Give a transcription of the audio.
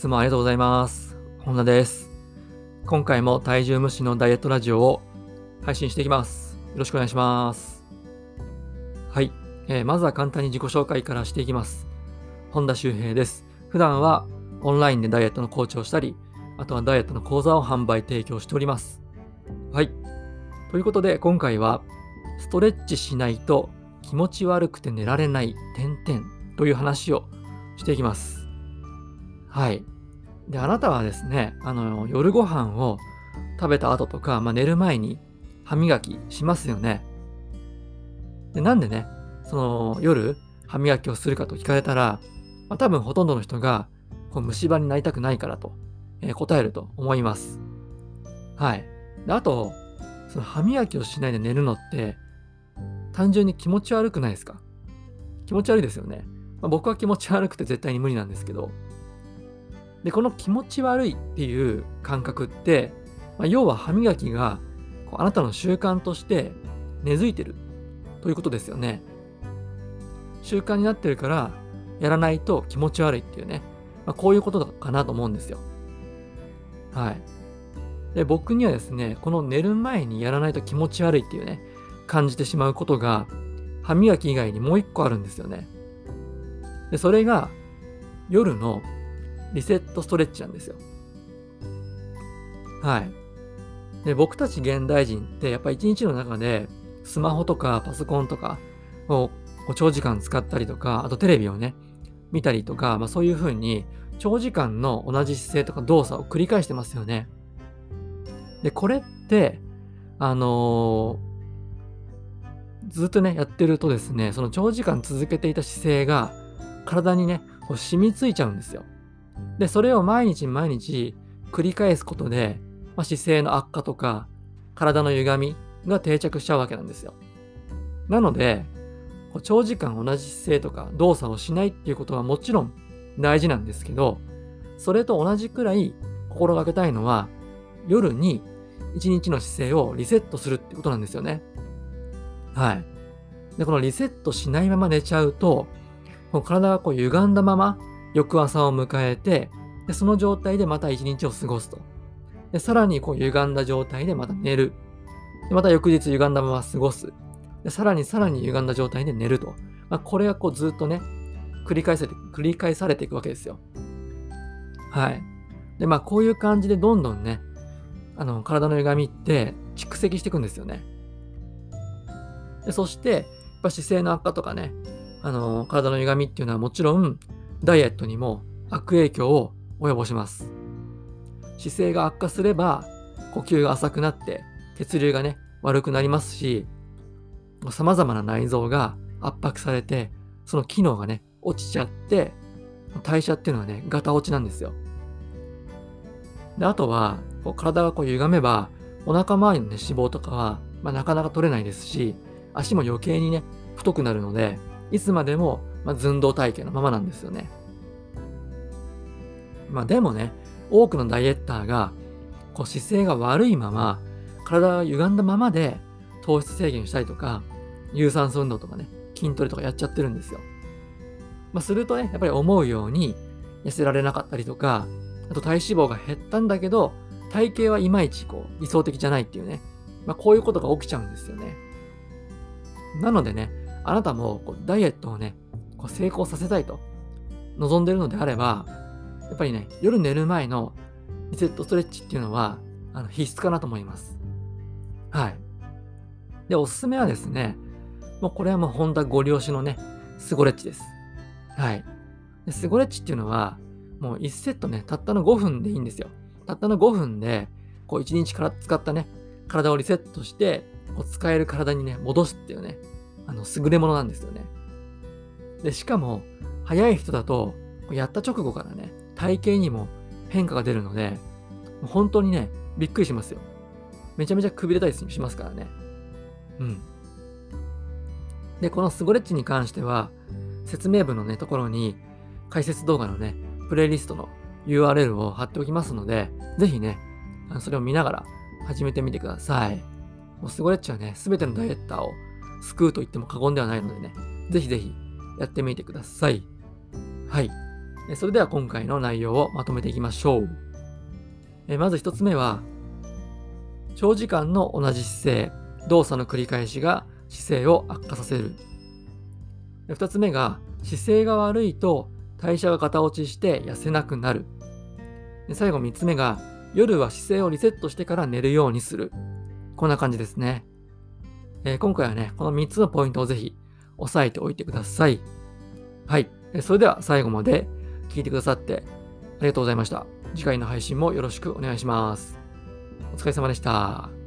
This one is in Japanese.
つもありがとうございます。本田です。今回も体重無視のダイエットラジオを配信していきます。よろしくお願いします。はい、まずは簡単に自己紹介からしていきます。本田修平です。普段はオンラインでダイエットのコーチをしたり、あとはダイエットの講座を販売提供しております。はい。ということで今回はストレッチしないと気持ち悪くて寝られないという話をしていきます。はい。で、あなたはですね、夜ご飯を食べた後とか、寝る前に歯磨きしますよね。で、なんでね、夜歯磨きをするかと聞かれたら、多分ほとんどの人が虫歯になりたくないからと、答えると思います。はい。で、あと、その歯磨きをしないで寝るのって、単純に気持ち悪くないですか？気持ち悪いですよね。僕は気持ち悪くて絶対に無理なんですけど、で、この気持ち悪いっていう感覚って、要は歯磨きがあなたの習慣として根付いてるということですよね。習慣になってるからやらないと気持ち悪いっていうね、こういうことかなと思うんですよ。はい。で、僕にはですね、この寝る前にやらないと気持ち悪いっていうね、感じてしまうことが歯磨き以外にもう一個あるんですよね。で、それが夜のリセットストレッチなんですよ。はい。で、僕たち現代人ってやっぱ一日の中でスマホとかパソコンとかを長時間使ったりとか、あとテレビをね、見たりとか、そういう風に長時間の同じ姿勢とか動作を繰り返してますよね。で、これって、ずっとね、やってるとですね、その長時間続けていた姿勢が体にね、染みついちゃうんですよ。で、それを毎日毎日繰り返すことで、姿勢の悪化とか、体の歪みが定着しちゃうわけなんですよ。なので、長時間同じ姿勢とか動作をしないっていうことはもちろん大事なんですけど、それと同じくらい心がけたいのは、夜に一日の姿勢をリセットするってことなんですよね。はい。で、このリセットしないまま寝ちゃうと、体が歪んだまま翌朝を迎えて、でその状態でまた一日を過ごすと。で、さらに歪んだ状態でまた寝る。で、また翌日歪んだまま過ごす。で、さらに歪んだ状態で寝ると。これがずっとね、繰り返されていくわけですよ。はい。で、こういう感じでどんどんね、体の歪みって蓄積していくんですよね。で、そして、やっぱ姿勢の悪化とかね、体の歪みっていうのはもちろん、ダイエットにも悪影響を及ぼします。姿勢が悪化すれば、呼吸が浅くなって、血流がね、悪くなりますし、様々な内臓が圧迫されて、その機能がね、落ちちゃって、代謝っていうのはね、ガタ落ちなんですよ。で、あとは、体が歪めば、お腹周りのね、脂肪とかは、なかなか取れないですし、足も余計にね、太くなるので、いつまでも、寸胴体型のままなんですよね。でもね、多くのダイエッターが、姿勢が悪いまま、体が歪んだままで糖質制限したりとか、有酸素運動とかね、筋トレとかやっちゃってるんですよ。するとね、やっぱり思うように痩せられなかったりとか、あと体脂肪が減ったんだけど、体型はいまいち理想的じゃないっていうね、こういうことが起きちゃうんですよね。なのでね、あなたもダイエットをね、成功させたいと望んでいるのであれば、やっぱりね、夜寝る前のリセットストレッチっていうのは必須かなと思います。はい。で、おすすめはですね、これは本田ご利用しのね、スゴレッチです。はい。で、スゴレッチっていうのは、もう1セットね、たったの5分でいいんですよ。たったの5分で、1日から使ったね、体をリセットして、使える体にね、戻すっていうね、優れものなんですよね。で、しかも、早い人だと、やった直後からね、体型にも変化が出るので、本当にね、びっくりしますよ。めちゃめちゃくびれたりしますからね。うん。で、このスゴレッチに関しては、説明文のね、ところに、解説動画のね、プレイリストの URL を貼っておきますので、ぜひね、それを見ながら始めてみてください。もうスゴレッチはね、すべてのダイエッターを救うと言っても過言ではないのでね、ぜひぜひやってみてください。はい。 それでは今回の内容をまとめていきましょう。まず1つ目は、長時間の同じ姿勢、動作の繰り返しが姿勢を悪化させる。2つ目が、姿勢が悪いと代謝が型落ちして痩せなくなる。最後3つ目が、夜は姿勢をリセットしてから寝るようにする。こんな感じですね。今回はね、この3つのポイントをぜひ押さえておいてください。はい。それでは最後まで聞いてくださってありがとうございました。次回の配信もよろしくお願いします。お疲れ様でした。